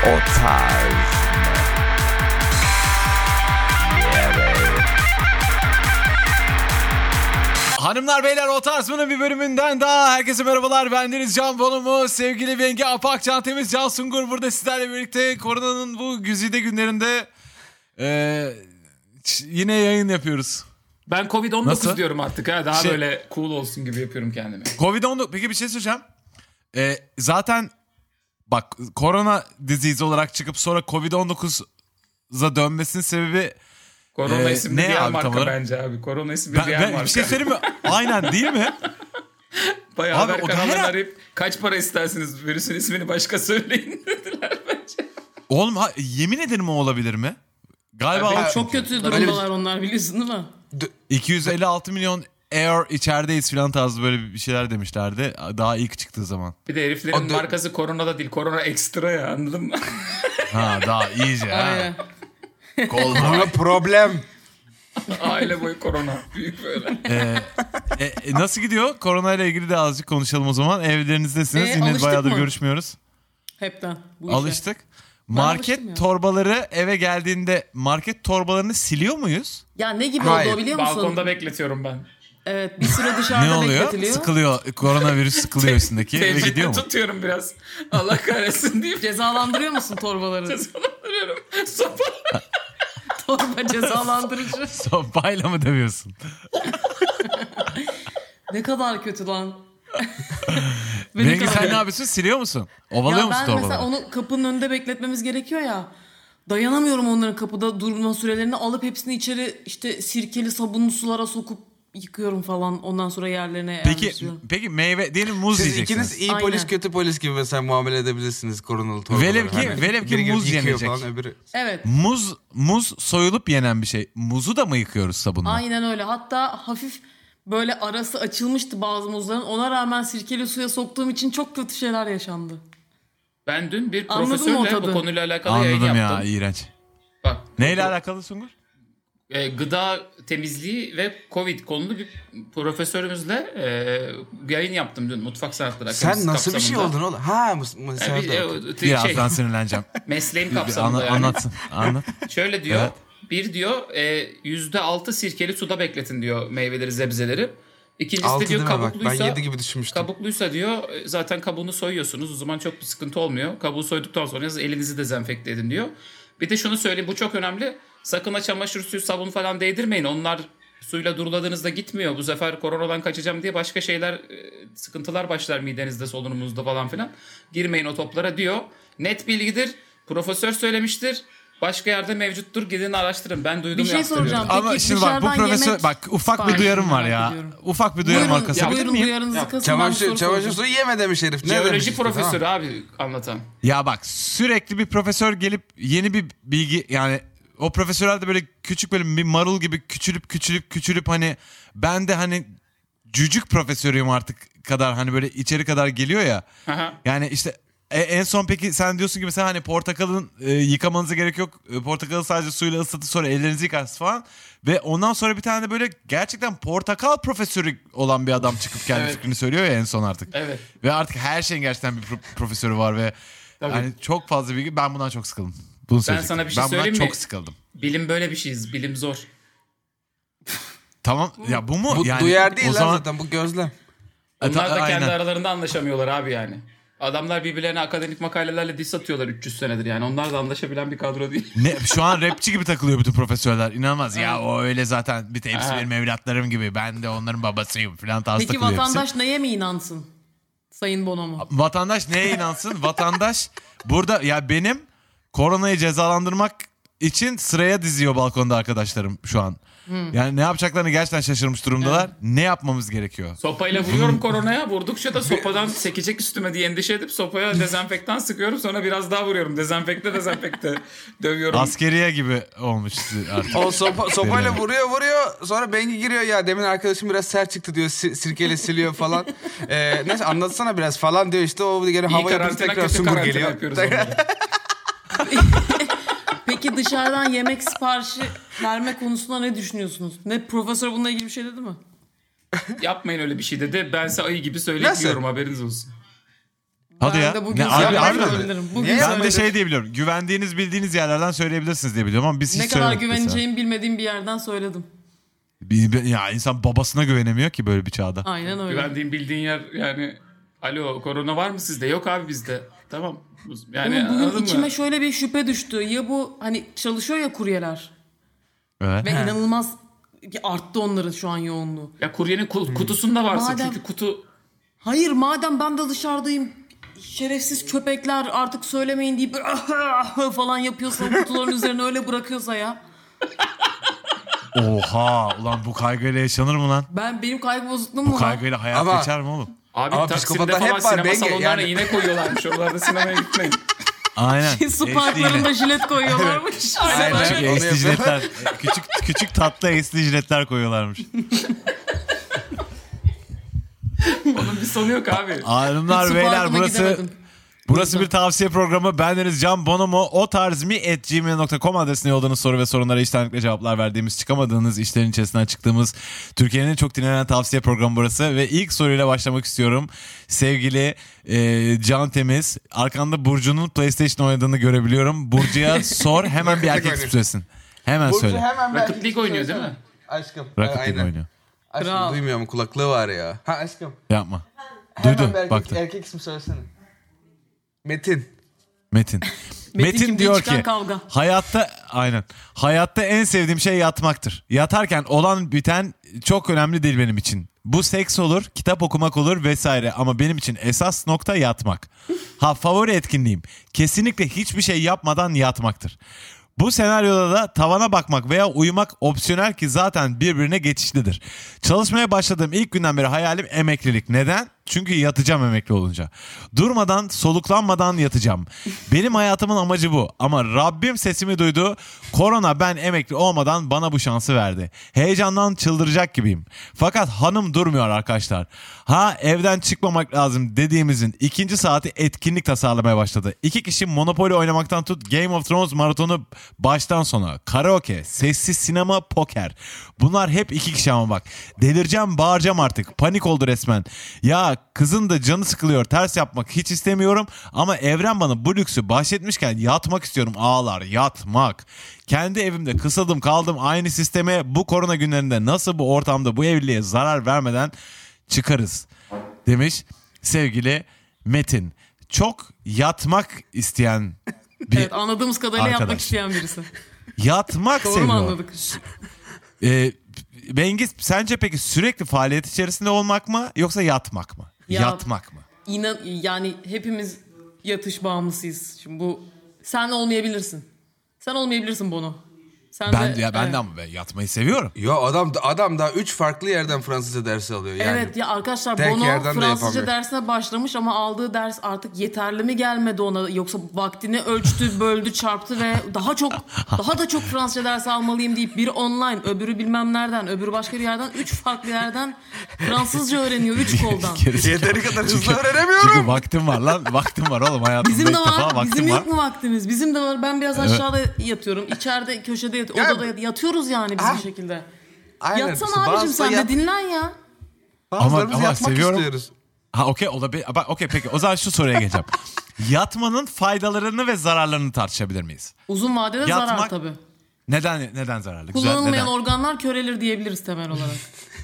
O tarz mı? Yeah, baby. Hanımlar beyler, o tarzının bir bölümünden daha herkese merhabalar. Bendeniz Can Bonomo, sevgili Bengi Apak, Can Temiz, Can Sungur burada sizlerle birlikte koronanın bu güzide günlerinde yine yayın yapıyoruz. Ben Covid-19 Nasıl? diyorum artık ha. Daha böyle cool olsun gibi yapıyorum kendimi. Covid-19, peki bir şey söyleyeceğim. Zaten bak, korona disease olarak çıkıp sonra Covid-19'a dönmesinin sebebi Korona isimli ne diğer abi tam marka olarak? bence abi. Korona isimli diğer marka. bir şey söyleyeyim mi? Aynen değil mi? Bayağı Abi, haber o da kanallarını arayıp kaç para istersiniz? Virüsün ismini başka söyleyin dediler bence. Oğlum yemin ederim o olabilir mi? Galiba Abi, Çok kötü durumdalar onlar, biliyorsun değil mi? 256 milyon air içerideyiz falan tarzı böyle bir şeyler demişlerdi. Daha ilk çıktığı zaman. Bir de heriflerin markası Korona'da değil. Korona ekstra ya, anladın mı? Ha daha iyice ha. Aynen. Korona problem. Aile boyu korona. Büyük böyle. Nasıl gidiyor? Korona ile ilgili de azıcık konuşalım o zaman. Evlerinizdesiniz. Yine alıştık bayağıdır mı? görüşmüyoruz. Hepten. Bu işe. Alıştık. alıştım Market ya. torbaları eve geldiğinde market torbalarını siliyor muyuz? Ya ne gibi Hayır. oldu o biliyor musun? Balkonda bekletiyorum ben. Evet, bir süre dışarıda Ne oluyor? bekletiliyor. Sıkılıyor. Koronavirüs sıkılıyor üstündeki. Eve gidiyor Tecrübe mu? tutuyorum biraz. Allah kahretsin deyip Cezalandırıyor musun torbaları? cezalandırıyorum. Sopa. Torba cezalandırıcı. Sopayla mı dövüyorsun? Ne kadar kötü lan. Bengi sen ne yapıyorsun? Siliyor musun? Ovalıyor Ya musun ben torbaları? mesela onu kapının önünde bekletmemiz gerekiyor ya. Dayanamıyorum onların kapıda durma sürelerini, alıp hepsini içeri işte sirkeli sabunlu sulara sokup yıkıyorum falan. Ondan sonra yerlerine yerleştiriyorum. Peki meyve diyelim, muz Siz diyeceksiniz. ikiniz iyi polis Aynen. kötü polis gibi mesela muamele edebilirsiniz koronalı torbalara. Velev ki Biri gelip muz yıkıyor yenecek. falan, öbürü... Evet. Muz soyulup yenen bir şey. Muzu da mı yıkıyoruz sabunla? Aynen öyle. Hatta hafif böyle arası açılmıştı bazı muzların. Ona rağmen sirkeli suya soktuğum için çok kötü şeyler yaşandı. Ben dün bir Anladın mı o profesörle bu tadı? konuyla alakalı yayın Anladım yaptım. ya, iğrenç. Bak, Neyle alakalı Sungur? gıda temizliği ve Covid konulu bir profesörümüzle bir yayın yaptım dün Mutfak Sanatları Akademisi Sen nasıl bir şey kapsamında. oldun oğlum? Ha Birazdan sinirleneceğim. mesleğim kapsamında yani. Anlatsın. Anlat. Şöyle diyor. Evet. Bir diyor %6 sirkeli suda bekletin diyor meyveleri, sebzeleri. İkincisi Altı de diyor deme bak, kabukluysa, ben 7 gibi düşünmüştüm. kabukluysa diyor zaten kabuğunu soyuyorsunuz. O zaman çok bir sıkıntı olmuyor. Kabuğu soyduktan sonra elinizi dezenfekte edin diyor. Bir de şunu söyleyeyim, bu çok önemli. Sakın çamaşır suyu, sabun falan değdirmeyin. Onlar suyla duruladığınızda gitmiyor. Bu sefer koronadan kaçacağım diye başka şeyler, sıkıntılar başlar midenizde, solunumunuzda falan filan. Girmeyin o toplara diyor. Net bilgidir. Profesör söylemiştir. Başka yerde mevcuttur. Gidin araştırın. Ben duydum, Bir şey yaptırıyorum. soracağım. Ama Peki şimdi bak, bu dışarıdan profesör, yemek bak ufak bir siparişi duyarım var merak ya. ediyorum. Ufak bir duyarım var, kasabilir Buyurun miyim? duyarınızı Yap. kasın. Ben bir soru Çamaşır soracağım. suyu yeme demiş herif. Ne Jeoloji demiş işte, profesörü tamam. abi anlatan. Ya bak, sürekli bir profesör gelip yeni bir bilgi, yani o profesörler de böyle küçük, böyle bir marul gibi küçülüp hani ben de hani cücük profesörüyüm artık kadar, hani böyle içeri kadar geliyor ya. Aha. Yani işte en son peki sen diyorsun ki mesela hani portakalın yıkamanıza gerek yok. Portakalı sadece suyla ıslatıp sonra ellerinizi yıkarsınız falan. Ve ondan sonra bir tane de böyle gerçekten portakal profesörü olan bir adam çıkıp kendi Evet. fikrini söylüyor ya en son artık. Evet. Ve artık her şeyin gerçekten bir profesörü var ve Tabii. hani çok fazla bilgi. Ben bundan çok sıkıldım. Bunu söyleyecektim. sana bir şey Ben bundan söyleyeyim mi? çok sıkıldım. Bilim böyle bir şeyiz. Bilim zor. Tamam ya, bu mu? Bu yani, duyar değil o lan zaman, zaten, bu gözlem. Onlar da kendi aynen. aralarında anlaşamıyorlar abi yani. Adamlar birbirlerine akademik makalelerle diss atıyorlar 300 senedir yani. Onlar da anlaşabilen bir kadro değil. Şu an rapçi gibi takılıyor bütün profesörler. İnanılmaz. Ya o öyle zaten, bir hepsi benim evlatlarım gibi. Ben de onların babasıyım falan tarzı Peki takılıyor vatandaş hepsi. neye mi inansın? Sayın Bonomo. Vatandaş neye inansın? Vatandaş burada ya benim koronayı cezalandırmak için sıraya diziyor balkonda arkadaşlarım şu an. Yani ne yapacaklarını gerçekten şaşırmış durumdalar. Ne yapmamız gerekiyor? Sopayla vuruyorum koronaya. Vurdukça da sopadan sekecek üstüme diye endişe edip sopaya dezenfektan sıkıyorum. Sonra biraz daha vuruyorum. Dezenfekte dövüyorum. Askeriye gibi olmuş artık. O sopayla vuruyor. Sonra Bengi giriyor, ya demin arkadaşım biraz sert çıktı diyor. Sirkeyle siliyor falan. Neyse anlatsana biraz falan diyor işte. O gene İyi hava yapıp karantina, tekrar kötü Sungur karantina geliyor. yapıyoruz onları. Peki dışarıdan yemek siparişi verme konusunda ne düşünüyorsunuz? Ne, profesör bununla ilgili bir şey dedi mi? Yapmayın öyle bir şey dedi. Bense ayı gibi söyleyip Nasıl? yiyorum, haberiniz olsun. Hadi Ben ya. de bugün Ne, abi, söyleyebilirim. Bugün Niye? ben de söyledim. şey diye biliyorum. Güvendiğiniz bildiğiniz yerlerden söyleyebilirsiniz diye biliyorum ama biz hiç Ne kadar söylemedik mesela. güveneceğimi bilmediğim bir yerden söyledim. Ya insan babasına güvenemiyor ki böyle bir çağda. Aynen öyle. Güvendiğin bildiğin yer yani alo korona var mı sizde? Yok abi bizde. Tamam. Yani Ama bugün anladın içime mı? şöyle bir şüphe düştü. Ya bu hani çalışıyor ya kuryeler. Evet. Ve inanılmaz arttı onların şu an yoğunluğu. Ya kuryenin kutusunda varsın Madem- çünkü kutu... Hayır madem ben de dışarıdayım. Şerefsiz köpekler artık söylemeyin deyip falan yapıyorsa kutuların üzerine öyle bırakıyorsa ya. Oha ulan bu kaygıyla yaşanır mı lan? Benim kaygı bozukluğum mu Bu var? kaygıyla hayat Ama- geçer mi oğlum? Abi Ama Taksim'de psikopatlar falan hep var, sinema Benge, salonlarına yani. iğne koyuyorlarmış. Oralarda sinemaya gitmeyin. Aynen. Su parklarında jilet koyuyorlarmış. Aynen. Aynen. Küçük Onu esli jiletler. küçük tatlı esli jiletler koyuyorlarmış. Onun bir sonu yok abi. Hanımlar Su beyler parkına burası gidemedim. bir tavsiye programı. Bendeniz Can Bonomo. otarzmi@gmail.com adresine yolladığınız soru ve sorunlara içtenlikle cevaplar verdiğimiz, çıkamadığınız işlerin içerisinden çıktığımız Türkiye'nin çok dinlenen tavsiye programı burası. Ve ilk soruyla başlamak istiyorum. Sevgili Can Temiz. Arkanda Burcu'nun PlayStation oynadığını görebiliyorum. Burcu'ya sor, hemen bir erkek oynuyor. ismi söylesin. Hemen Burcu söyle. hemen Rocket belki League oynuyor değil söylesene. mi? Aşkım. Rocket Aynen. League oynuyor. Aşkım Kral. duymuyor mu? Kulaklığı var ya. Ha aşkım. Yapma. Hemen Duydu, bir erkek, baktı. erkek ismi söylesene. Metin. Metin. Metin Metin kim diyor diye çıkan ki kavga. hayatta en sevdiğim şey yatmaktır. Yatarken olan biten çok önemli değil benim için. Bu seks olur, kitap okumak olur vesaire ama benim için esas nokta yatmak. Favori etkinliğim kesinlikle hiçbir şey yapmadan yatmaktır. Bu senaryoda da tavana bakmak veya uyumak opsiyonel ki zaten birbirine geçişlidir. Çalışmaya başladığım ilk günden beri hayalim emeklilik. Neden? Çünkü yatacağım emekli olunca. Durmadan, soluklanmadan yatacağım. Benim hayatımın amacı bu. Ama Rabbim sesimi duydu. Korona ben emekli olmadan bana bu şansı verdi. Heyecandan çıldıracak gibiyim. Fakat hanım durmuyor arkadaşlar. Evden çıkmamak lazım dediğimizin 2. saati etkinlik tasarlamaya başladı. 2 kişi Monopoly oynamaktan tut Game of Thrones maratonu baştan sona. Karaoke, sessiz sinema, poker. Bunlar hep 2 kişi ama bak. Delireceğim, bağıracağım artık. Panik oldu resmen. Ya kızın da canı sıkılıyor. Ters yapmak hiç istemiyorum. Ama evren bana bu lüksü bahşetmişken yatmak istiyorum. Ağlar, yatmak. Kendi evimde kısıldım kaldım aynı sisteme. Bu korona günlerinde nasıl bu ortamda bu evliliğe zarar vermeden çıkarız demiş sevgili Metin. Çok yatmak isteyen bir Evet anladığımız kadarıyla arkadaş. yapmak isteyen birisi. Yatmak Doğru seviyor. mu anladık? Bengiz sence peki sürekli faaliyet içerisinde olmak mı yoksa yatmak mı? Ya- Yatmak mı? Yani hepimiz yatış bağımlısıyız. Şimdi bu sen olmayabilirsin. Sen olmayabilirsin bunu. Sen Ben de, ya ben evet. de ama ben yatmayı seviyorum. Yo adam da 3 farklı yerden Fransızca dersi alıyor yani. Evet ya arkadaşlar tek Bono yerden de Fransızca yapamıyor. dersine başlamış ama aldığı ders artık yeterli mi gelmedi ona yoksa vaktini ölçtü, böldü, çarptı ve daha da çok Fransızca dersi almalıyım deyip biri online, öbürü bilmem nereden, öbürü başka bir yerden 3 farklı yerden Fransızca öğreniyor 3 koldan. Yeteri kadar hızlı öğrenemiyorum. Çünkü vaktim var lan. Vaktim var oğlum hayatımda Bizim de ilk defa var. vaktim Bizim var. yok mu vaktimiz? Bizim de var. Ben biraz aşağıda yatıyorum. İçeride köşede odada yatıyoruz yani biz bir şekilde. Aynen. Yatsana abicim sen de dinlen ya. Bazılarımız Ama yatmak seviyorum. istiyoruz. Okey olabilir. Okey peki o zaman şu soruya geleceğim. Yatmanın faydalarını ve zararlarını tartışabilir miyiz? Uzun vadede zarar Yatmak- tabii. Neden zararlı? Kullanılmayan neden? organlar körelir diyebiliriz temel olarak.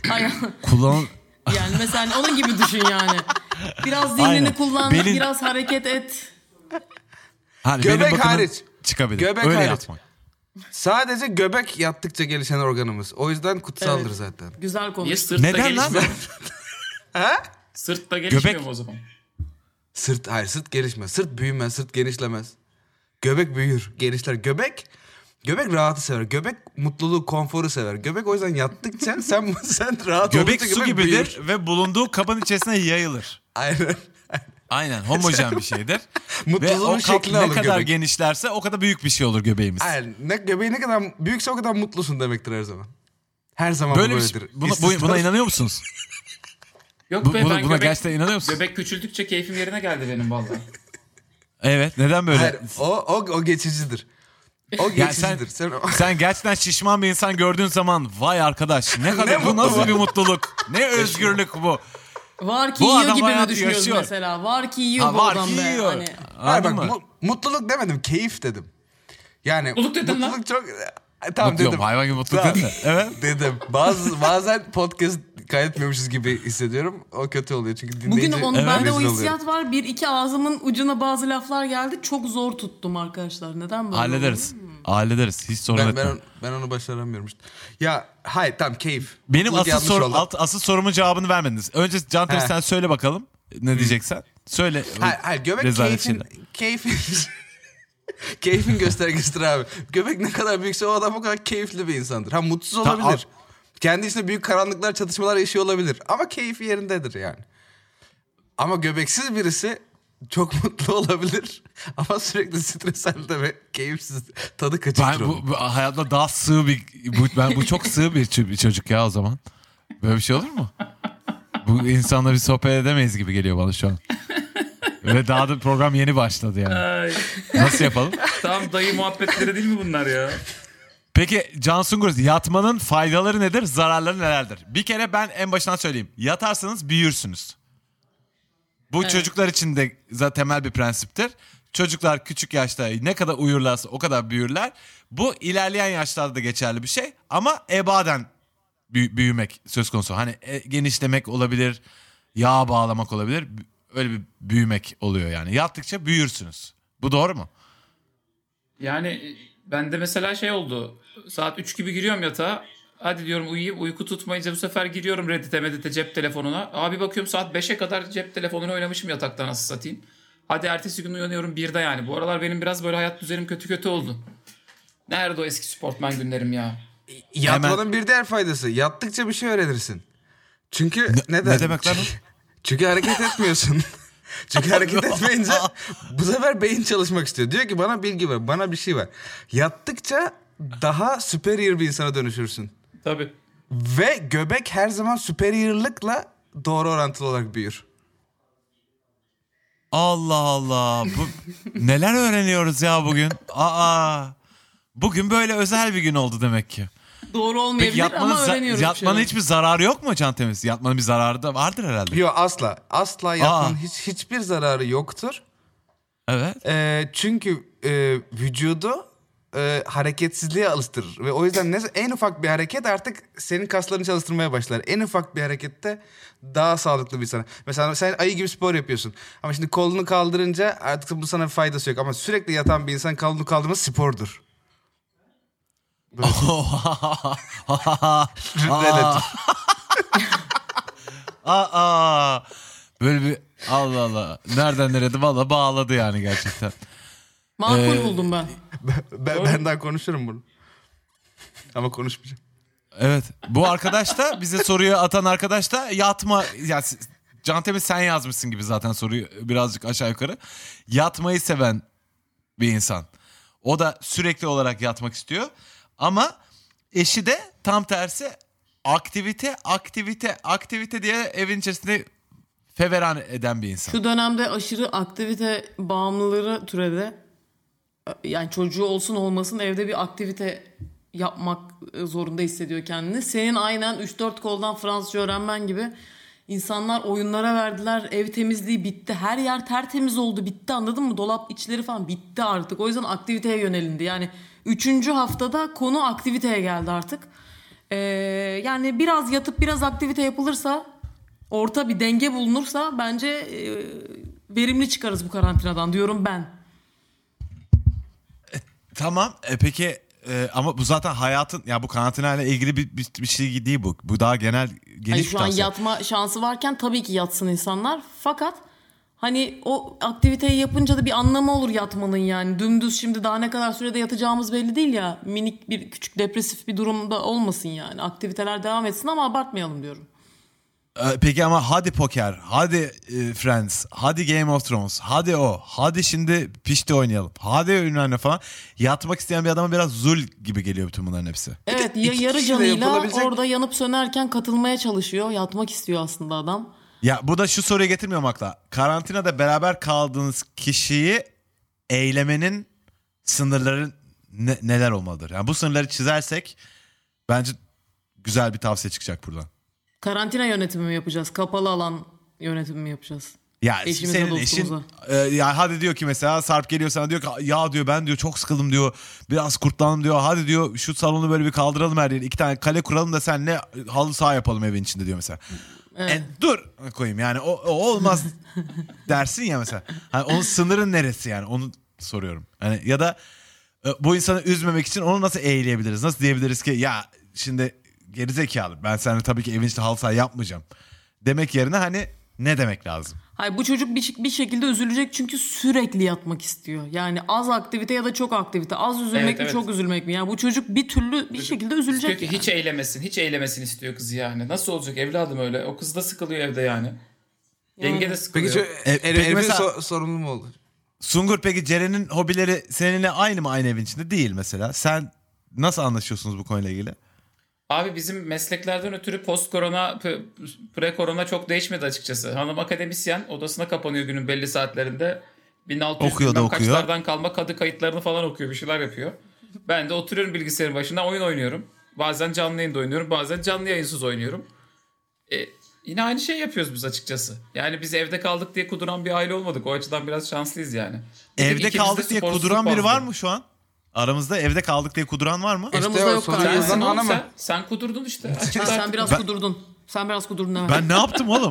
Yani mesela onun gibi düşün yani. Biraz zihnini Aynen. kullan, Belin- biraz hareket et. Hani Göbek benim bakımım hariç. çıkabilir. Göbek Öyle hariç. yatmak. Sadece göbek yattıkça gelişen organımız. O yüzden kutsaldır Evet. zaten. Güzel konu. Niye sırtta Neden lan? gelişmiyor? Sırtta gelişmiyor Göbek- mu o zaman? Sırt gelişmez. Sırt büyümez, sırt genişlemez. Göbek büyür, genişler. Göbek rahatı sever. Göbek mutluluğu, konforu sever. Göbek o yüzden yattıkça sen rahat Göbek oldukça su gibidir büyür. ve bulunduğu kabın içerisine yayılır. Aynen. Aynen homojen bir şeydir. Ve Mutluluğun o kap şeklini ne alır kadar göbek. genişlerse o kadar büyük bir şey olur göbeğimiz. Aynen. Göbeği ne kadar büyükse o kadar mutlusun demektir her zaman. Her zaman Böyle bu bir böyledir. buna İstisnas. inanıyor musunuz? Yok Bu- be buna- ben buna gerçekten inanıyor musun? Göbek küçüldükçe keyfim yerine geldi benim vallahi. Evet neden böyle? Hayır, o geçicidir. O Yani geçicidir. sen gerçekten şişman bir insan gördüğün zaman vay arkadaş ne kadar bu mutlu nasıl bu. bir mutluluk. Ne özgürlük bu. Var ki Bu yiyor adam gibi mi hayatı düşünüyoruz yaşıyor. mesela? Var ki yiyor Ha, bu var adam ki be. yiyor. Hani. Hayır bak Anladın mı? mutluluk demedim, keyif dedim. Yani Mutluluk dedin lan. mutluluk çok... Tamam Mutluyum, dedim. hayvan gibi mutluluk Tamam. dedin de. Evet. Dedim. Bazen podcast kaydetmiyormuşuz gibi hissediyorum. O kötü oluyor çünkü dinleyince Bugün bende o rezil oluyorum. hissiyat var. Bir iki ağzımın ucuna bazı laflar geldi. Çok zor tuttum arkadaşlar. Neden böyle Hallederiz. oldu? Hallederiz. Hiç sorun etme. Ben onu başaramıyorum işte. Ya hayır tamam keyif. Benim Mutluluk yanlış oldu. asıl sorumun cevabını vermediniz. Önce Can Temiz He. sen söyle bakalım ne diyeceksen. Söyle. Hayır göbek Rezalet keyfin keyfin göstergesidir abi. Göbek ne kadar büyükse o adam o kadar keyifli bir insandır. Ha mutsuz olabilir. Kendi içinde büyük karanlıklar, çatışmalar yaşıyor olabilir. Ama keyfi yerindedir yani. Ama göbeksiz birisi çok mutlu olabilir. Ama sürekli stres halinde ve keyifsiz, tadı kaçırır Ben onu. bu hayatımda daha sığ bu çok sığ bir çocuk ya o zaman. Böyle bir şey olur mu? Bu insanla bir sohbet edemeyiz gibi geliyor bana şu an. Ve daha da program yeni başladı yani. Ay, Nasıl yapalım? tam dayı muhabbetleri değil mi bunlar ya? Peki Can Sungur, yatmanın faydaları nedir, zararları nelerdir? Bir kere ben en başından söyleyeyim. Yatarsanız büyürsünüz. Bu çocuklar için de zaten temel bir prensiptir. Çocuklar küçük yaşta ne kadar uyurlarsa o kadar büyürler. Bu ilerleyen yaşlarda da geçerli bir şey. Ama ebaden büyümek söz konusu. Hani genişlemek olabilir, yağ bağlamak olabilir. Öyle bir büyümek oluyor yani. Yattıkça büyürsünüz. Bu doğru mu? Yani bende mesela şey oldu. Saat 3 gibi giriyorum yatağa. Hadi diyorum uyuyayım. Uyku tutmayınca bu sefer giriyorum Reddit'e Meddit'e cep telefonuna. Abi bakıyorum saat 5'e kadar cep telefonunu oynamışım yatakta nasıl satayım. Hadi ertesi gün uyanıyorum 1'de yani. Bu aralar benim biraz böyle hayat düzenim kötü oldu. Nerede o eski sportman günlerim ya? Yatmanın bir diğer faydası. Yattıkça bir şey öğrenirsin. Çünkü neden? Ne demek lan o? Çünkü hareket etmiyorsun. Çünkü hareket etmeyince bu sefer beyin çalışmak istiyor. Diyor ki bana bilgi ver, bana bir şey ver. Yattıkça daha superior bir insana dönüşürsün. Tabii. Ve göbek her zaman superior'lıkla doğru orantılı olarak büyür. Allah Allah. Neler öğreniyoruz ya bugün? Bugün böyle özel bir gün oldu demek ki. Doğru olmayabilir ama öğreniyoruz. Yatmanın hiçbir zararı yok mu Can Temiz? Yatmanın bir zararı da vardır herhalde. Yok asla. Asla yatmanın hiçbir zararı yoktur. Evet. Çünkü vücudu hareketsizliğe alıştırır. Ve o yüzden en ufak bir hareket artık senin kaslarını çalıştırmaya başlar. En ufak bir harekette daha sağlıklı bir sana. Mesela sen ayı gibi spor yapıyorsun. Ama şimdi kolunu kaldırınca artık bu sana bir faydası yok. Ama sürekli yatan bir insan kolunu kaldırması spordur. Relatif. Böyle bir Allah Allah. Nereden nereye valla bağladı yani gerçekten. Makul buldum ben. Ben daha konuşurum bunu. Ama konuşmayacağım. Evet. Bu arkadaş da bize soruyu atan arkadaş da yatma yani Can Temiz sen yazmışsın gibi zaten soruyu birazcık aşağı yukarı. Yatmayı seven bir insan. O da sürekli olarak yatmak istiyor. Ama eşi de tam tersi aktivite diye evin içerisinde feveran eden bir insan. Şu dönemde aşırı aktivite bağımlıları türedi. Yani çocuğu olsun olmasın evde bir aktivite yapmak zorunda hissediyor kendini. Senin aynen 3-4 koldan Fransızca öğrenmen gibi insanlar oyunlara verdiler. Ev temizliği bitti. Her yer tertemiz oldu. Bitti, anladın mı? Dolap içleri falan bitti artık. O yüzden aktiviteye yönelindi. Yani 3. haftada konu aktiviteye geldi artık. Yani biraz yatıp biraz aktivite yapılırsa, orta bir denge bulunursa bence verimli çıkarız bu karantinadan diyorum ben. Tamam. Peki ama bu zaten hayatın ya bu karantinayla ilgili bir şey değil bu. Bu daha genel geniş Hani bir şu an tavsiye. yatma şansı varken tabii ki yatsın insanlar. Fakat hani o aktiviteyi yapınca da bir anlamı olur yatmanın yani. Dümdüz şimdi daha ne kadar sürede yatacağımız belli değil ya. Minik bir küçük depresif bir durumda olmasın yani. Aktiviteler devam etsin ama abartmayalım diyorum. Peki ama hadi poker, hadi Friends, hadi Game of Thrones, hadi şimdi pişti oynayalım, hadi ünlü falan. Yatmak isteyen bir adama biraz zul gibi geliyor bütün bunların hepsi. Evet, İki yarı kişiyle canıyla yapılabilecek- orada yanıp sönerken katılmaya çalışıyor. Yatmak istiyor aslında adam. Ya bu da şu soruyu getirmiyorum akla. Karantinada beraber kaldığınız kişiyi eylemenin sınırları neler olmalıdır? Yani bu sınırları çizersek bence güzel bir tavsiye çıkacak buradan. Karantina yönetimi mi yapacağız? Kapalı alan yönetimi mi yapacağız? Ya Eşimize, senin eşin dostumuza. ya hadi diyor ki mesela Sarp geliyor sana diyor ki ya diyor ben diyor çok sıkıldım diyor. Biraz kurtlandım diyor. Hadi diyor şu salonu böyle bir kaldıralım her yeri. 2 tane kale kuralım da seninle halı saha yapalım evin içinde diyor mesela. Evet. Dur koyayım yani o olmaz dersin ya mesela. Hani onun sınırın neresi yani onu soruyorum. Hani ya da bu insanı üzmemek için onu nasıl eğleyebiliriz? Nasıl diyebiliriz ki ya şimdi gerizekalı ben seninle tabii ki evin içinde halı saha yapmayacağım. Demek yerine hani ne demek lazım? Hayır, bu çocuk bir şekilde üzülecek çünkü sürekli yatmak istiyor. Yani az aktivite ya da çok aktivite. Az üzülmek Evet, mi evet. çok üzülmek mi? Yani bu çocuk bir şekilde üzülecek. İstiyor ki hiç eylemesin. Hiç eylemesin istiyor kızı yani. Nasıl olacak evladım öyle? O kız da sıkılıyor evde yani. Yenge de sıkılıyor. Peki peki Elif'in mesela- sorumlu mu olur? Sungur peki Ceren'in hobileri seninle aynı mı aynı evin içinde? Değil mesela. Sen nasıl anlaşıyorsunuz bu konuyla ilgili? Abi bizim mesleklerden ötürü post korona, pre korona çok değişmedi açıkçası. Hanım akademisyen, odasına kapanıyor günün belli saatlerinde. 1600 Okuyor da bilmem okuyor. kaçlardan kalma kadı kayıtlarını falan okuyor, bir şeyler yapıyor. Ben de oturuyorum bilgisayarın başında oyun oynuyorum. Bazen canlı yayında oynuyorum, bazen canlı yayınsız oynuyorum. Yine aynı şey yapıyoruz biz açıkçası. Yani biz evde kaldık diye kuduran bir aile olmadık. O açıdan biraz şanslıyız yani. Bir tek Evde ikimiz de kaldık diye sporsuzluk kuduran biri bazlı. var mı şu an? Aramızda evde kaldık diye kuduran var mı? Aramızda İşte o yok soruyu galiba. yazan Sensin oğlum hanımı. sen kudurdun işte. Açıkta Sen artık. biraz kudurdun. Sen biraz kudurdun evet. Ben ne yaptım oğlum?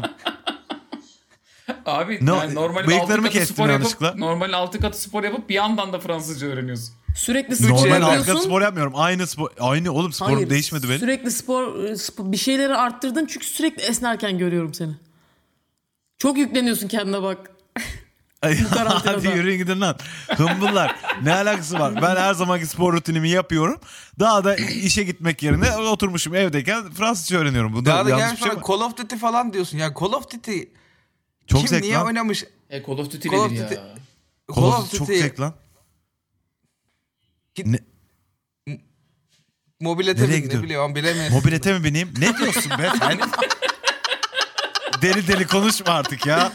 Abi Ne- yani normalin bıyıklarımı 6 katı kestim spor yapıp yanlışlıkla. normalin 6 katı spor yapıp bir yandan da Fransızca öğreniyorsun. Sürekli spor Normal yapıyorsun. alt kat spor yapmıyorum. Aynı spor. Aynı oğlum sporum Hayır, değişmedi benim. Sürekli spor bir şeyleri arttırdın çünkü sürekli esnerken görüyorum seni. Çok yükleniyorsun kendine bak. karantinada. Hadi yürüyün gidin lan. Hımbıllar. Ne alakası var? Ben her zamanki spor rutinimi yapıyorum. Daha da işe gitmek yerine oturmuşum evdeyken Fransızca öğreniyorum. Bunda Daha da yanlış gelmiş bir şey bana mi? Call of Duty falan diyorsun. Ya Call of Duty Çok kim zevkli niye lan. oynamış? Call of Duty Call of nedir Duty- ya? Call of Duty çok zevkli lan. Git- Ne- Mobilete Nereye bin, ne gidiyorum? biliyorum bilemiyorsun. Mobilete mi bineyim? Ne diyorsun be sen? Deli deli konuşma artık ya.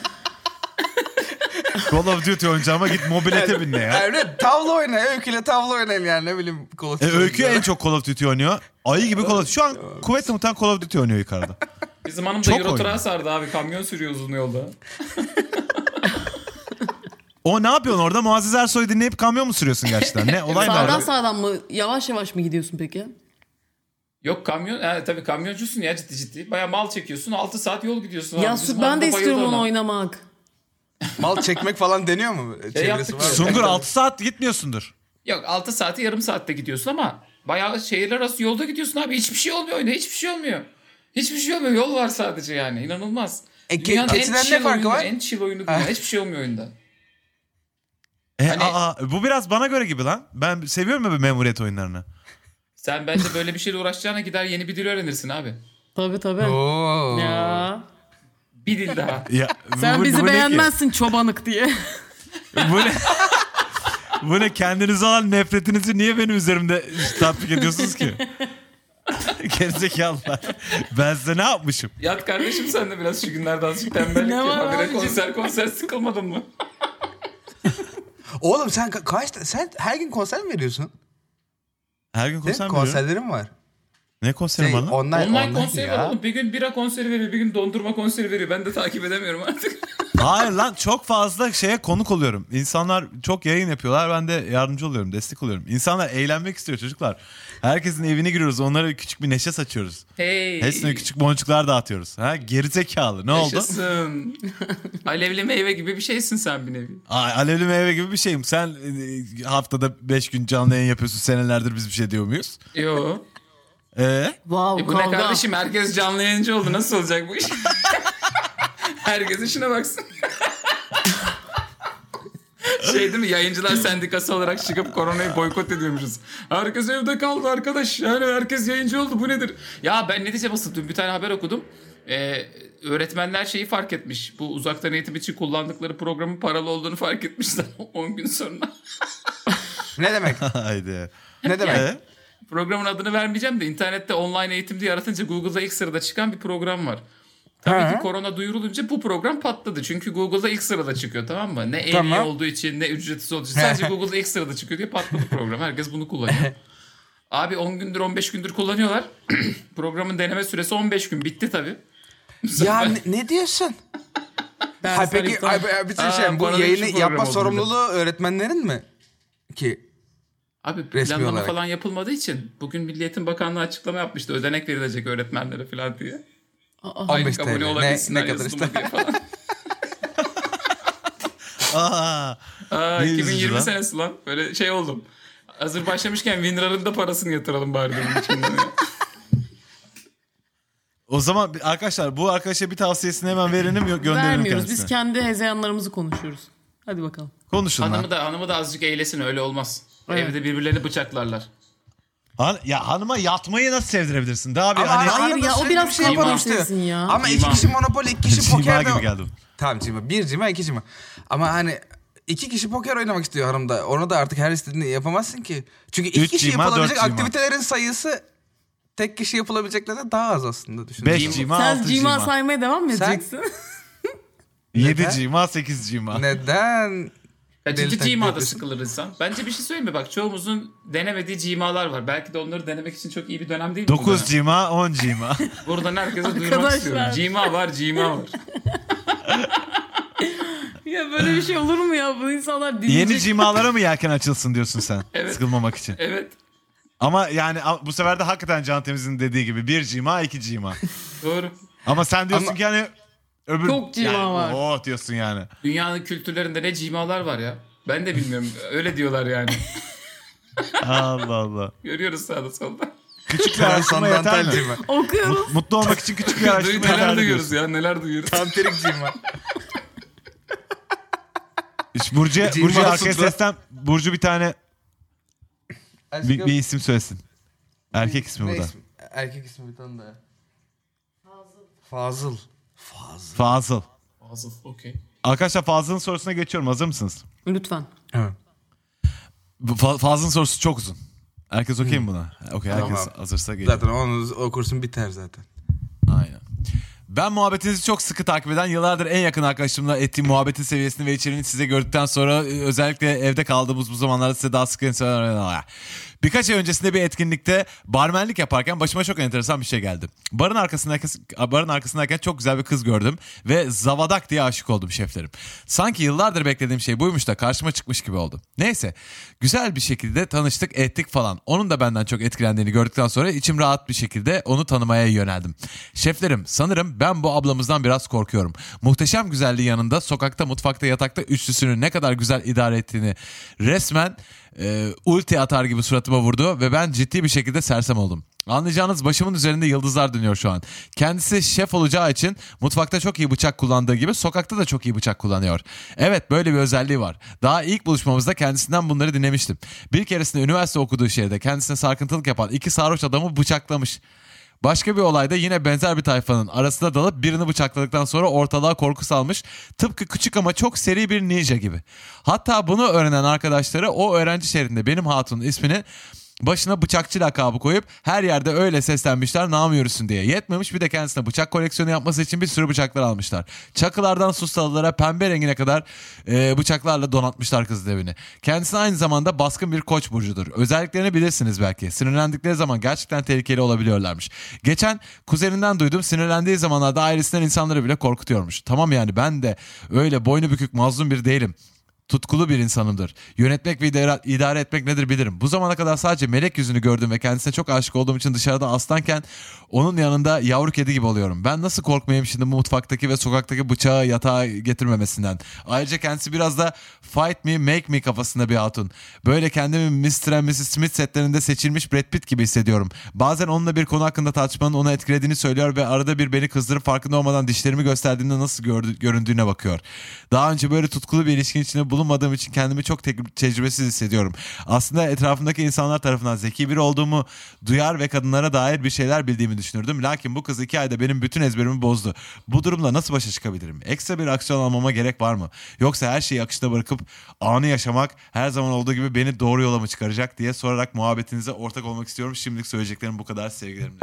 Call of Duty oynayacağıma git mobilete bin ne ya. Evet, tavla oyna. Öyküyle tavla oynayın yani ne bileyim Call of Duty. Öykü en çok Call of Duty oynuyor. Ayı gibi Call of Duty. Şu an kuvvetle muhtemelen Call of Duty oynuyor yukarıda. Bizim hanım da Çok Euro oynuyor. Truck'a sardı abi. Kamyon sürüyor uzun yolda. O ne yapıyorsun orada? Muazzez Ersoy'u dinleyip kamyon mu sürüyorsun gerçekten? Ne? Olay ne Sağdan orada? sağdan mı yavaş yavaş mı gidiyorsun peki? Yok kamyon, tabii kamyoncusun ya ciddi. Baya mal çekiyorsun 6 saat yol gidiyorsun. Ya abi. Bizim hanım ben de da istiyorum bayıldı onu ona. oynamak. Mal çekmek falan deniyor mu? Çevresi yaptık var mı? ya. Sungur 6 saat gitmiyorsundur. Yok 6 saati yarım saatte gidiyorsun ama bayağı şehirler arası yolda gidiyorsun abi. Hiçbir şey olmuyor oyunda, hiçbir şey olmuyor. Hiçbir şey olmuyor, yol var sadece yani inanılmaz. Dünyanın en keçiden chill ne farkı oyunu, var? En chill oyunu dünya. Hiçbir şey olmuyor oyunda. Hani- Bu biraz bana göre gibi lan. Ben seviyorum ya bu memuriyet oyunlarını. Sen bence böyle bir şeyle uğraşacağına gider yeni bir dil öğrenirsin abi. Tabii. Oo. Ya. Bir dil daha. Ya, Sen bizi ne ki? beğenmezsin çobanık diye. Bu ne? Bu ne? Kendinize olan nefretinizi niye benim üzerimde tatbik ediyorsunuz ki? Gerizekalılar. Ben size ne yapmışım? Yat kardeşim sen de biraz şu günlerde azıcık tembellik Ne yap. var Habire abicim? konser sıkılmadın mı? Oğlum sen sen her gün konser mi veriyorsun? Her gün konser Senin mi veriyorum? konserlerin var. Ne konseri var lan? Online konseri var ya. oğlum. Bir gün bira konseri veriyor, bir gün dondurma konseri veriyor. Ben de takip edemiyorum artık. Hayır lan çok fazla şeye konuk oluyorum. İnsanlar çok yayın yapıyorlar. Ben de yardımcı oluyorum, destek oluyorum. İnsanlar eğlenmek istiyor çocuklar. Herkesin evine giriyoruz. Onlara küçük bir neşe saçıyoruz. Hey. Hepsine küçük boncuklar dağıtıyoruz. Ha gerizekalı. Ne oldu? Yaşasın. Alevli meyve gibi bir şeysin sen bir nevi. Alevli meyve gibi bir şeyim. Sen haftada 5 gün canlı yayın yapıyorsun. Senelerdir biz bir şey diyor muyuz? Yo. Wow, Bu ne kavga. kardeşim? Herkes canlı yayıncı oldu. Nasıl olacak bu iş? Herkes işine baksın. Değil mi? Yayıncılar sendikası olarak çıkıp koronayı boykot ediyormuşuz. Herkes evde kaldı arkadaş. Yani herkes yayıncı oldu. Bu nedir? Ya ben ne diyeceğim asıl? Dün bir tane haber okudum. Öğretmenler şeyi fark etmiş. Bu uzaktan eğitim için kullandıkları programın paralı olduğunu fark etmişler 10 gün sonra. Ne demek? Haydi. Ne demek? Ee? Programın adını vermeyeceğim de internette online eğitim diye aratınca Google'da ilk sırada çıkan bir program var. Tabii ki korona duyurulunca bu program patladı. Çünkü Google'da ilk sırada çıkıyor, tamam mı? Ne en iyi Tamam. olduğu için ne ücretsiz olduğu için. Sadece Google'da ilk sırada çıkıyor diye patladı program. Herkes bunu kullanıyor. Abi 10 gündür 15 gündür kullanıyorlar. Programın deneme süresi 15 gün. Bitti tabii. Ya ne diyorsun? Ha peki bir şey söyleyeyim. Bu paralı yayını işin yapma programı oldu sorumluluğu öğretmenlerin mi? Ki Abi Resmi planlama olarak. falan yapılmadığı için bugün Milli Eğitim Bakanlığı açıklama yapmıştı. Ödenek verilecek öğretmenlere falan diye. 15 Aylık abone TL. olabilsinler Ne kadar yazılıma işte. diye falan. Ne üzücü 2020 lan. senesi lan. Böyle şey oldum. Hazır başlamışken WinRAR'ın da parasını yatıralım bari benim içimden. O zaman arkadaşlar bu arkadaşa bir tavsiyesini hemen verelim gönderelim Vermiyoruz. kendisine. Biz kendi hezeyanlarımızı konuşuyoruz. Hadi bakalım. Konuşun lan. Hanımı da azıcık eylesin, öyle olmaz. Evet. Evde birbirlerini bıçaklarlar. Ya hanıma yatmayı nasıl sevdirebilirsin? Daha bir Ama hani Hayır arada ya, o sürekli biraz bir şey yapalım kafa istesin ya. Ama Cima. 2 kişi Monopoly, 2 kişi Cima poker gibi de... geldim. Tamam cima. 1 cima 2 cima. Ama hani 2 kişi poker oynamak istiyor hanım da. Onu da artık her istediğini yapamazsın ki. Çünkü 2 Üç kişi cima, yapılabilecek 4 cima. aktivitelerin sayısı tek kişi yapılabileceklerden daha az aslında düşünün. 5 cima, Sen 6 cima cima. saymaya devam mı Sen- edeceksin? 7 Neden? cima, 8 cima. Neden? Kaçıncı Deli cimada taklit sıkılır insan? Bence bir şey söyleyeyim mi? Bak çoğumuzun denemediği cimalar var. Belki de onları denemek için çok iyi bir dönem değil mi? 9 bu dönem? cima, 10 cima. Buradan herkese duyurmak Arkadaşlar. istiyorum. Cima var. Ya böyle bir şey olur mu ya? Bu insanlar dinleyecek. Yeni cimalara mı yelken açılsın diyorsun sen? Evet. Sıkılmamak için. Evet. Ama yani bu sefer de hakikaten Can Temiz'in dediği gibi 1 cima, 2 cima. Doğru. Ama sen diyorsun Ama- ki hani öbür... Çok cima yani, var. Oh diyorsun yani. Dünyanın kültürlerinde ne cimalar var ya. Ben de bilmiyorum. Öyle diyorlar yani. Allah Allah. Görüyoruz sağda solda. Küçük bir araştırma yeter Sandantal mi? cima. Okuyoruz. Mutlu olmak için küçük bir araştırma Neler yeterli duyuyoruz diyorsun. ya, neler duyuyoruz. Tanterik cima. İşte Burcu'ya Cima arkaya sutla. seslen. Burcu bir tane bir isim söylesin. Erkek ismi bu da. Erkek ismi bir tane daha. Fazıl. Fazıl. Fazıl, okey. Arkadaşlar Fazıl'ın sorusuna geçiyorum. Hazır mısınız? Lütfen. Evet. Fazıl'ın sorusu çok uzun. Herkes okey mi buna? Okey, herkes Tamam. hazırsa geliyor. Zaten onu okursun biter zaten. Aynen. Ben muhabbetinizi çok sıkı takip eden, yıllardır en yakın arkadaşımla ettiğim muhabbetin seviyesini ve içeriğini size gördükten sonra özellikle evde kaldığımız bu zamanlarda size daha sıkı insanlar... Birkaç ay öncesinde bir etkinlikte barmenlik yaparken başıma çok enteresan bir şey geldi. Barın arkasındayken çok güzel bir kız gördüm ve zavadak diye aşık oldum şeflerim. Sanki yıllardır beklediğim şey buymuş da karşıma çıkmış gibi oldu. Neyse, güzel bir şekilde tanıştık, ettik falan. Onun da benden çok etkilendiğini gördükten sonra içim rahat bir şekilde onu tanımaya yöneldim. Şeflerim, sanırım ben bu ablamızdan biraz korkuyorum. Muhteşem güzelliği yanında sokakta, mutfakta, yatakta üçlüsünü ne kadar güzel idare ettiğini resmen ulti atar gibi suratıma vurdu ve ben ciddi bir şekilde sersem oldum. Anlayacağınız başımın üzerinde yıldızlar dönüyor şu an. Kendisi şef olacağı için mutfakta çok iyi bıçak kullandığı gibi sokakta da çok iyi bıçak kullanıyor. Evet, böyle bir özelliği var. Daha ilk buluşmamızda kendisinden bunları dinlemiştim. Bir keresinde üniversite okuduğu şehirde kendisine sarkıntılık yapan 2 sarhoş adamı bıçaklamış. Başka bir olayda yine benzer bir tayfanın arasına dalıp birini bıçakladıktan sonra ortalığa korku salmış. Tıpkı küçük ama çok seri bir ninja gibi. Hatta bunu öğrenen arkadaşları o öğrenci şehrinde benim hatunun ismini başına bıçakçı lakabı koyup her yerde öyle seslenmişler nam yürüsün diye. Yetmemiş, bir de kendisine bıçak koleksiyonu yapması için bir sürü bıçaklar almışlar. Çakılardan sustalılara pembe rengine kadar bıçaklarla donatmışlar kızın evini. Kendisi aynı zamanda baskın bir koç burcudur. Özelliklerini bilirsiniz belki. Sinirlendikleri zaman gerçekten tehlikeli olabiliyorlarmış. Geçen kuzeninden duydum, sinirlendiği zamanlarda ailesinden insanları bile korkutuyormuş. Tamam, yani ben de öyle boynu bükük mazlum bir değilim. Tutkulu bir insanımdır. Yönetmek ve idare etmek nedir bilirim. Bu zamana kadar sadece melek yüzünü gördüm ve kendisine çok aşık olduğum için dışarıda aslanken onun yanında yavru kedi gibi oluyorum. Ben nasıl korkmayayım şimdi bu mutfaktaki ve sokaktaki bıçağı yatağa getirmemesinden. Ayrıca kendisi biraz da fight me make me kafasında bir hatun. Böyle kendimi Mr. and Mrs. Smith setlerinde seçilmiş Brad Pitt gibi hissediyorum. Bazen onunla bir konu hakkında tartışmanın onu etkilediğini söylüyor ve arada bir beni kızdırıp farkında olmadan dişlerimi gösterdiğinde nasıl göründüğüne bakıyor. Daha önce böyle tutkulu bir ilişkin içinde bulunmadığım için kendimi çok tecrübesiz hissediyorum. Aslında etrafımdaki insanlar tarafından zeki biri olduğumu duyar ve kadınlara dair bir şeyler bildiğimi düşünürdüm. Lakin bu kız 2 ayda benim bütün ezberimi bozdu. Bu durumla nasıl başa çıkabilirim? Ekstra bir aksiyon almama gerek var mı? Yoksa her şeyi akışta bırakıp anı yaşamak her zaman olduğu gibi beni doğru yola mı çıkaracak diye sorarak muhabbetinize ortak olmak istiyorum. Şimdilik söyleyeceklerim bu kadar, sevgilerimle.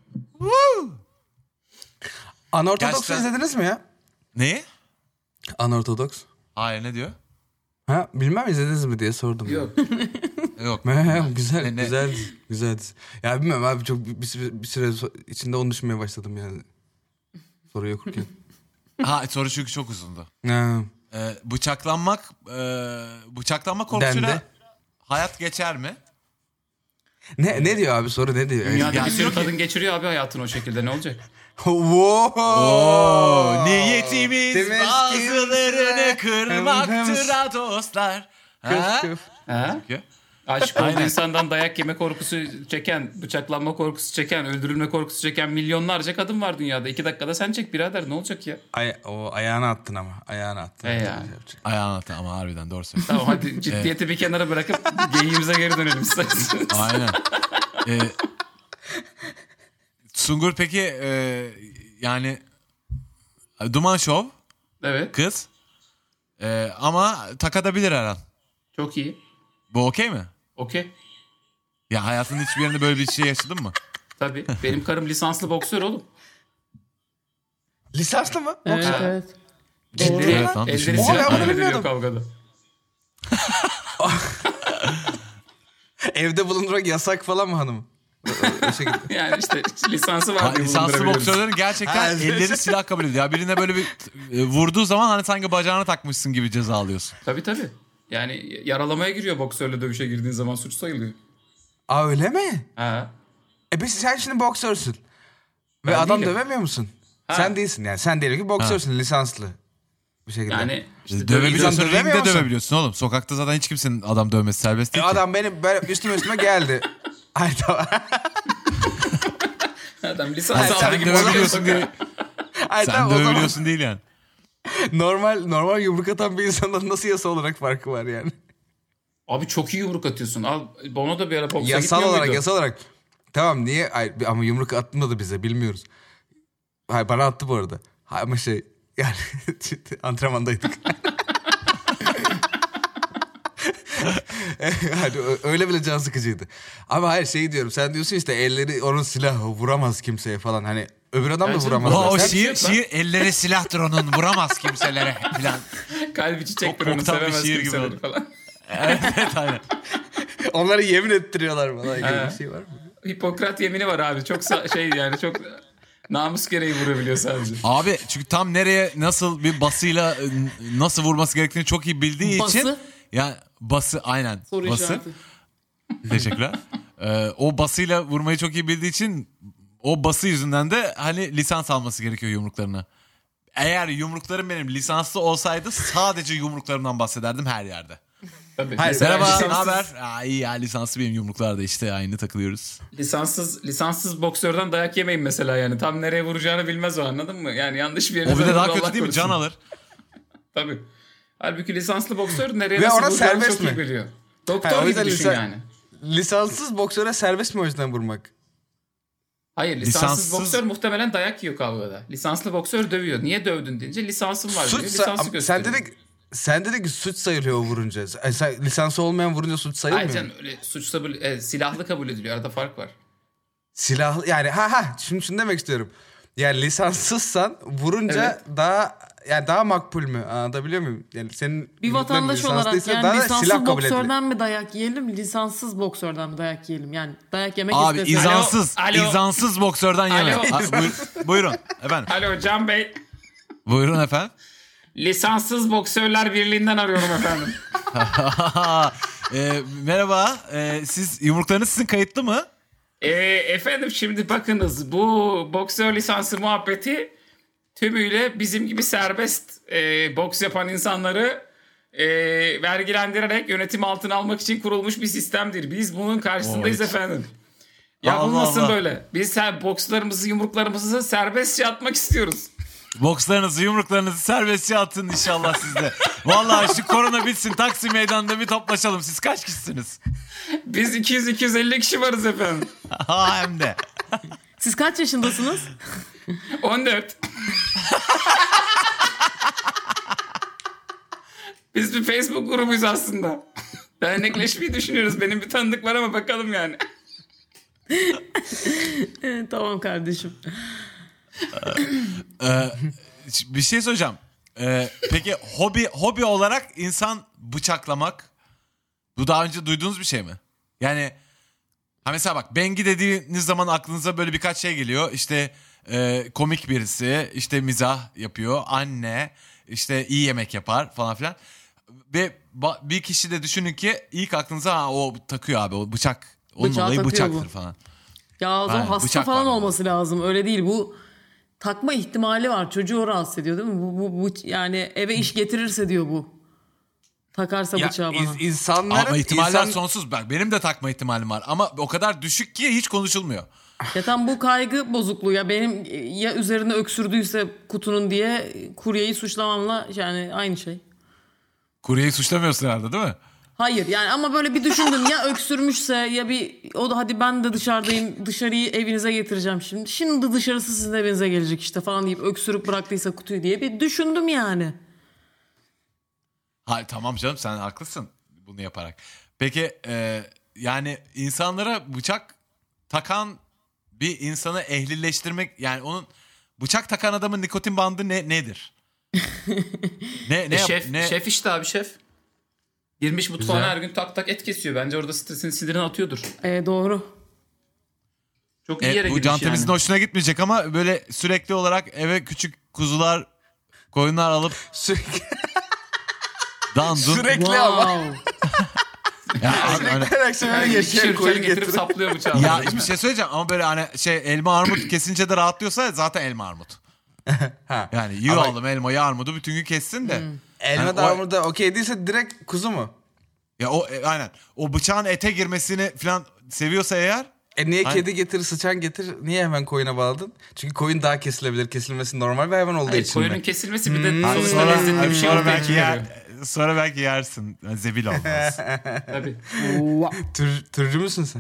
Anortodoks'u Gerçekten- izlediniz mi ya? Neyi? Anortodoks. Hayır, ne diyor? Ha, bilmem izlediniz mi diye sordum. Yok. Yok. Güzel, Ne? güzel, güzel. Ya bilmem abi, çok bir süre içinde onu düşünmeye başladım yani. Soruyu okurken. Soru çünkü çok uzundu. Ha. Bıçaklanmak korkusuyla Dendi. hayat geçer mi? Ne diyor abi, soru ne diyor? Dünyada Yani bir sürü diyor ki- kadın geçiriyor abi hayatını o şekilde, ne olacak? Wow. Niyetimiz Demek ki- bazılarını kırmaktır ha dostlar. Ha? Küf. Ha? Ya. Aşık olduğu Aynen. insandan dayak yeme korkusu çeken, bıçaklanma korkusu çeken, öldürülme korkusu çeken milyonlarca kadın var dünyada. 2 dakikada sen çek birader, ne olacak ya? O ayağını attın ama. Ayağını attın. Ya. Ayağını at ama harbiden doğru söylüyorsun. Tamam hadi ciddiyeti bir kenara bırakıp geyiğimize geri dönelim isterseniz. Aynen. Sungur peki yani Duman Show Evet, kız ama takadabilir her an. çok iyi. Bu okey mi? Okey. Ya hayatının hiçbir yerinde böyle bir şey yaşadın mı? Tabii. Benim karım lisanslı boksör oğlum. Lisanslı mı? Evet Ha. evet. Elleri, Evet lan, elleri düşünün. Oha, ben silah bunu ediliyor bilmiyordum. kavgada. Evde bulundurmak yasak falan mı hanım? O şekilde. Yani işte lisansı var diye Lisanslı bulundurabiliyoruz. boksörlerin gerçekten Ha, elleri silah kabul ediyor. Ya birine böyle bir vurduğu zaman hani sanki bacağına takmışsın gibi ceza alıyorsun. Tabii. Yani yaralamaya giriyor boksörle dövüşe girdiğin zaman, suç sayılıyor. Aa, öyle mi? Ha. Peki sen şimdi boksörsün. Ve Ben adam değilim. dövemiyor musun? Ha. Sen değilsin yani. Sen diyelim ki boksörsün, lisanslı. Bir şekilde. Yani işte Dövebiliyorsun, Sen dövemiyor ringde musun? dövebiliyorsun oğlum. Sokakta zaten hiç kimsenin adam dövmesi serbest değil ki. Adam benim böyle üstüme geldi. Ay tamam. adam lisans Hayır, aldı sen gibi dövebiliyorsun sokuyor. diye. Ay Sen tamam, o zaman dövebiliyorsun değil yani. normal yumruk atan bir insandan nasıl yasa olarak farkı var yani? Abi çok iyi yumruk atıyorsun. Al Bono da bir ara boksa Yasal gitmiyor olarak, muydu? yasal olarak. Tamam niye? Ay, ama yumruk atmadı bize, bilmiyoruz. Hayır, bana attı bu arada. Hayır, ama yani antrenmandaydık. Yani öyle bile can sıkıcıydı. Ama hayır, diyorum, sen diyorsun işte elleri onun silahı, vuramaz kimseye falan. Hani öbür adam da Bence vuramaz. bu- O Sen- şiir elleri silahtır onun, vuramaz kimselere falan. Kalbi çiçektir Çok onu, oktan bir sevemez şiir gibi kimseleri oldu. falan. Evet aynen. Onları yemin ettiriyorlar bana. Gibi bir şey var mı? Hipokrat yemini var abi. Çok yani çok namus gereği vurabiliyor sadece. Abi çünkü tam nereye nasıl bir basıyla nasıl vurması gerektiğini çok iyi bildiği Bası? için. Ya bası aynen. Soru bası. işareti. Teşekkürler. O basıyla vurmayı çok iyi bildiği için o bası yüzünden de hani lisans alması gerekiyor yumruklarına. Eğer yumruklarım benim lisanslı olsaydı sadece yumruklarımdan bahsederdim her yerde. Tabii. Hayır, Mesela Merhaba, ne lisanssız- haber? İyi ya, lisanslı benim yumruklarda işte aynı takılıyoruz. Lisanssız boksörden dayak yemeyin mesela yani. Tam nereye vuracağını bilmez o, anladın mı? Yani yanlış bir yere O bir de vurur, daha Allah kötü değil mi? korusun. Can alır. Tabii. Halbuki lisanslı boksör nereye Ve nasıl ona vuracağını serbest çok iyi mi? biliyor. Ha, Doktor o gibi yüzden düşün yani. Lisanssız boksöre serbest mi o yüzden vurmak? Hayır, lisanssız Lisanssız- boksör muhtemelen dayak yiyor kavgada. Lisanslı boksör dövüyor. Niye dövdün deyince lisansım var diyor. Suç Lisansı sen gösteriyor. dedin ki suç sayılıyor o vurunca. Sen lisansı olmayan vurunca suç sayılmıyor. Hayır canım, öyle silahlı kabul ediliyor. Arada fark var. Silahlı yani şunu demek istiyorum. Yani lisanssızsan vurunca daha makbul mü? Anlatabiliyor muyum? Yani senin Bir vatandaş olarak lisanslıysa yani daha da lisanslı silah kabul edilir. boksörden mi dayak yiyelim, lisanssız boksörden mi dayak yiyelim? Yani dayak yemek Abi istesem. Alo. izansız boksörden yeme. Alo. Buyurun efendim. Alo Can Bey. Buyurun efendim. Lisanssız Boksörler Birliği'nden arıyorum efendim. Merhaba. Siz yumruklarınız sizin kayıtlı mı? Efendim şimdi bakınız, bu boksör lisansı muhabbeti tümüyle bizim gibi serbest boks yapan insanları vergilendirerek yönetim altına almak için kurulmuş bir sistemdir. Biz bunun karşısındayız efendim. Yapılmasın Allah. böyle. Biz bokslarımızı, yumruklarımızı serbestçe atmak istiyoruz. Bokslarınızı, yumruklarınızı serbestçe atın inşallah sizde. Vallahi şu korona bitsin, Taksim Meydanı'nda bir toplaşalım. Siz kaç kişisiniz? Biz 200-250 kişi varız efendim. Ha hem de. Siz kaç yaşındasınız? 14. Biz bir Facebook grubuyuz aslında. Dernekleşmeyi düşünüyoruz. Benim bir tanıdık var ama bakalım yani. Tamam kardeşim. Bir şey soracağım. Peki hobi olarak insan bıçaklamak, bu daha önce duyduğunuz bir şey mi? Yani mesela bak, Bengi dediğiniz zaman aklınıza böyle birkaç şey geliyor. İşte komik birisi, işte mizah yapıyor, anne, işte iyi yemek yapar falan filan. Ve bir kişi de düşünün ki ilk aklınıza o takıyor abi, o bıçak. Onun Bıçağı olayı takıyor bıçaktır bu. falan. Ya o zaman Aynen, hasta bıçak falan var. olması lazım. Öyle değil. Bu takma ihtimali var. Çocuğu o rahatsız ediyor değil mi? Bu yani eve iş getirirse diyor bu. Takarsa Ya, bıçağı bana. insanların... Ama ihtimaller insan- sonsuz. Benim de takma ihtimalim var. Ama o kadar düşük ki hiç konuşulmuyor. Ya tam bu kaygı bozukluğu ya benim ya üzerine öksürdüyse kutunun diye kuryeyi suçlamamla yani aynı şey. Kuryeyi suçlamıyorsun herhalde değil mi? Hayır yani ama böyle bir düşündüm ya öksürmüşse ya bir o da hadi ben de dışarıdayım dışarıyı evinize getireceğim şimdi. Şimdi dışarısı sizin evinize gelecek işte falan deyip öksürük bıraktıysa kutuyu diye bir düşündüm yani. Hayır, tamam canım, sen haklısın bunu yaparak. Peki yani insanlara bıçak takan bir insanı ehlileştirmek, yani onun bıçak takan adamın nikotin bandı nedir? Şef işte abi, şef. Girmiş mutfağına Güzel. her gün tak tak et kesiyor. Bence orada stresini sinirini atıyordur. Doğru. Çok iyi yere Bu girmiş Can Temiz'in yani. hoşuna gitmeyecek ama böyle sürekli olarak eve küçük kuzular, koyunlar alıp Sürekli, dandun. sürekli ama. Wow. Ya, hani- Her akşam öyle yaşayan Şırçanı koyun getirip getirip. saplıyor bıçağı. ya bir şey söyleyeceğim ama böyle hani elma armut kesince de rahatlıyorsa zaten elma armut. Ha. Yani yiyor oğlum elmayı armudu bütün gün kessin de. Elma Hani da o- armurda okey değilse direkt kuzu mu? Ya aynen. O bıçağın ete girmesini falan seviyorsa eğer, Niye Aynen. kedi getir, sıçan getir? Niye hemen koyuna bağladın? Çünkü koyun daha kesilebilir. Kesilmesi normal bir hayvan olduğu Hayır, için koyunun mi? kesilmesi bir de sonuçta sonra, lezzetli bir şey sonra ortaya belki çıkarıyor. sonra belki yersin. Yani zebil olmaz. Tabii. Türcü müsün sen?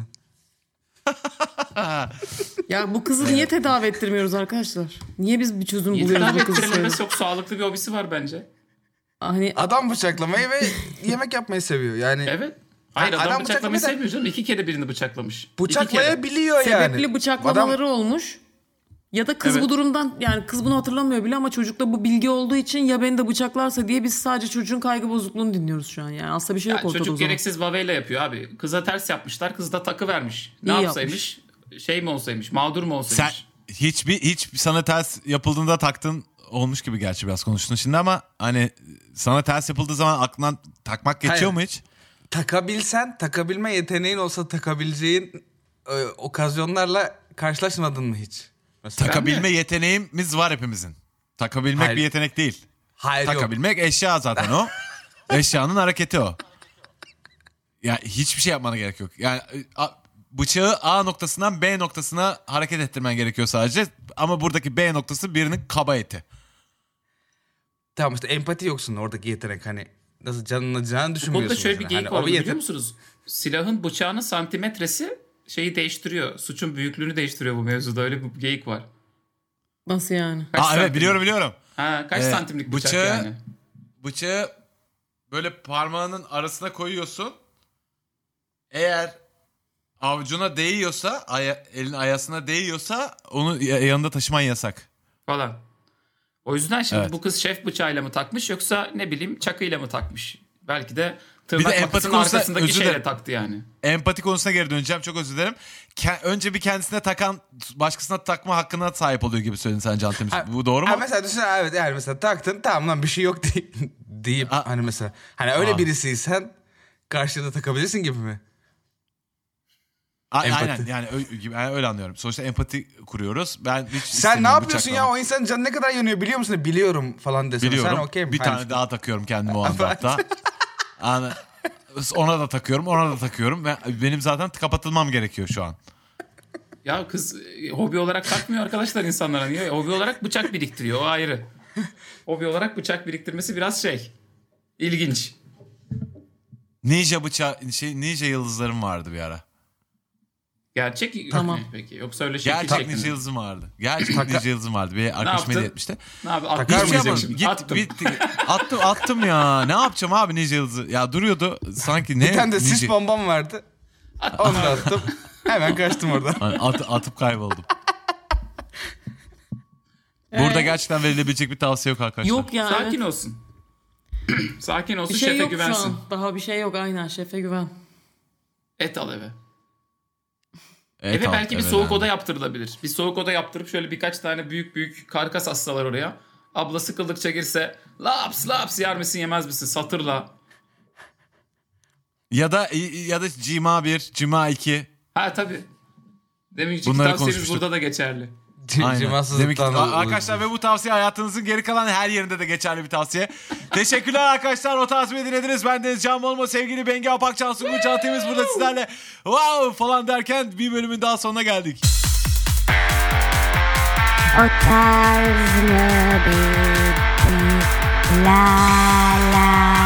Ya bu kızı niye tedavi ettirmiyoruz arkadaşlar? Niye biz bir çözüm buluyoruz Tedavi bu kızı? ettirilemesi çok sağlıklı bir hobisi var bence. Hani Adam bıçaklamayı ve yemek yapmayı seviyor. Yani Evet. Hayır, Adam adam bıçaklamayı bıçaklamayı da- sevmiyor canım. 2 kere birini bıçaklamış. 2 kere. bıçaklayabiliyor yani. sebepli bıçaklamaları olmuş. Ya da kız Evet. bu durumdan yani kız bunu hatırlamıyor bile ama çocukta bu bilgi olduğu için ya beni de bıçaklarsa diye biz sadece çocuğun kaygı bozukluğunu dinliyoruz şu an. Yani aslında bir şey yok Yani ortada o çocuk zaman. gereksiz vaveyle yapıyor abi. Kıza ters yapmışlar. Kız da takı vermiş. Ne İyi yapsaymış? Şey mi olsaymış? Mağdur mu Sen olsaymış? hiç sana ters yapıldığında taktın olmuş gibi, gerçi biraz konuştun şimdi, ama hani sana ters yapıldığı zaman aklından takmak geçiyor Hayır. mu hiç? Takabilsen, takabilme yeteneğin olsa takabileceğin okazyonlarla karşılaşmadın mı hiç? Mesela. Takabilme yeteneğimiz var hepimizin. Takabilmek Hayır. bir yetenek değil. Hayır yok. Takabilmek eşya zaten o. Eşyanın hareketi o. Yani hiçbir şey yapmana gerek yok. Yani bıçağı A noktasından B noktasına hareket ettirmen gerekiyor sadece. Ama buradaki B noktası birinin kaba eti. Tamam işte empati yoksun oradaki yetenek hani. Nasıl canını Burada düşünmüyorsun. şöyle bir mesela. geyik Hani o var bir biliyor yetenek. musunuz? Silahın bıçağının santimetresi şeyi değiştiriyor. Suçun büyüklüğünü değiştiriyor bu mevzuda. Öyle bir geyik var. Nasıl yani? Kaç Evet, santim? biliyorum. Ha, kaç santimlik bıçak yani? Bıçağı böyle parmağının arasına koyuyorsun. Eğer avucuna değiyorsa, elin ayasına değiyorsa onu yanında taşıman yasak. Falan. O yüzden şimdi Evet. bu kız şef bıçağıyla mı takmış yoksa ne bileyim çakıyla mı takmış? Belki de Bir de tırnak empati makasının konusunda arkasındaki özür şeyle dilerim. taktı yani. Empati konusuna geri döneceğim. Çok özür dilerim. Önce bir kendisine takan başkasına takma hakkına sahip oluyor gibi söyledin sen Can Temiz. Bu doğru mu? Ha, mesela düşün evet yani mesela taktın tamam lan bir şey yok deyip hani mesela hani öyle Aa. birisiysen karşıda takabilirsin gibi mi? Empati. Aynen yani öyle anlıyorum. Sonuçta empati kuruyoruz. Ben hiç Sen ne istemiyorum yapıyorsun ya bıçaklamak. o insanın canı ne kadar yanıyor biliyor musun? Biliyorum falan desene. Biliyorum. Sen okey mi? Bir tane daha takıyorum kendime o anda hatta. Yani ona da takıyorum. Ve benim zaten kapatılmam gerekiyor şu an. Ya kız hobi olarak takmıyor arkadaşlar insanlara. Niye? Hobi olarak bıçak biriktiriyor, o ayrı. Hobi olarak bıçak biriktirmesi biraz ilginç. Ninja yıldızlarım vardı bir ara. Gerçek Tamam. mi peki? Yoksa öyle şekil Gerçek şeklinde. ninja yıldızım vardı. Gerçek ninja yıldızım vardı. Bir arkadaşım yaptın? hediye etmişti. Ne abi? Takar Hiçbir şey mıyız yapmadım. Attım. Attım ya. Ne yapacağım abi ninja yıldızı? Ya duruyordu sanki ne? Bir tane de sis ninja- bombam vardı. Onu da attım. Hemen kaçtım oradan. Hani atıp kayboldum. Burada gerçekten verilebilecek bir tavsiye yok arkadaşlar. Yok ya. Sakin evet. olsun. Sakin olsun, Bir şey şefe yok şu güvensin. an. Daha bir şey yok aynen şefe güven. Et al eve. Eve tamam, belki bir eve soğuk lazım. oda yaptırılabilir. Bir soğuk oda yaptırıp şöyle birkaç tane büyük büyük karkas assalar oraya. Abla sıkıldıkça girse laps laps yer misin yemez misin satırla. Ya da Cima 1, Cima 2. Ha tabii. Deminki Bunları tavsiyeniz konuşmuştuk. burada da geçerli. Aynen. Cimasızlıktan Demek ki, arkadaşlar ve bu tavsiye hayatınızın geri kalan her yerinde de geçerli bir tavsiye. Teşekkürler arkadaşlar. O tavsiyeyi dinlediniz. Ben Deniz Can Molmo, sevgili Bengi Apak, Can Sungur, Can Temiz burada sizlerle wow falan derken bir bölümün daha sonuna geldik. O tarz mı bir la la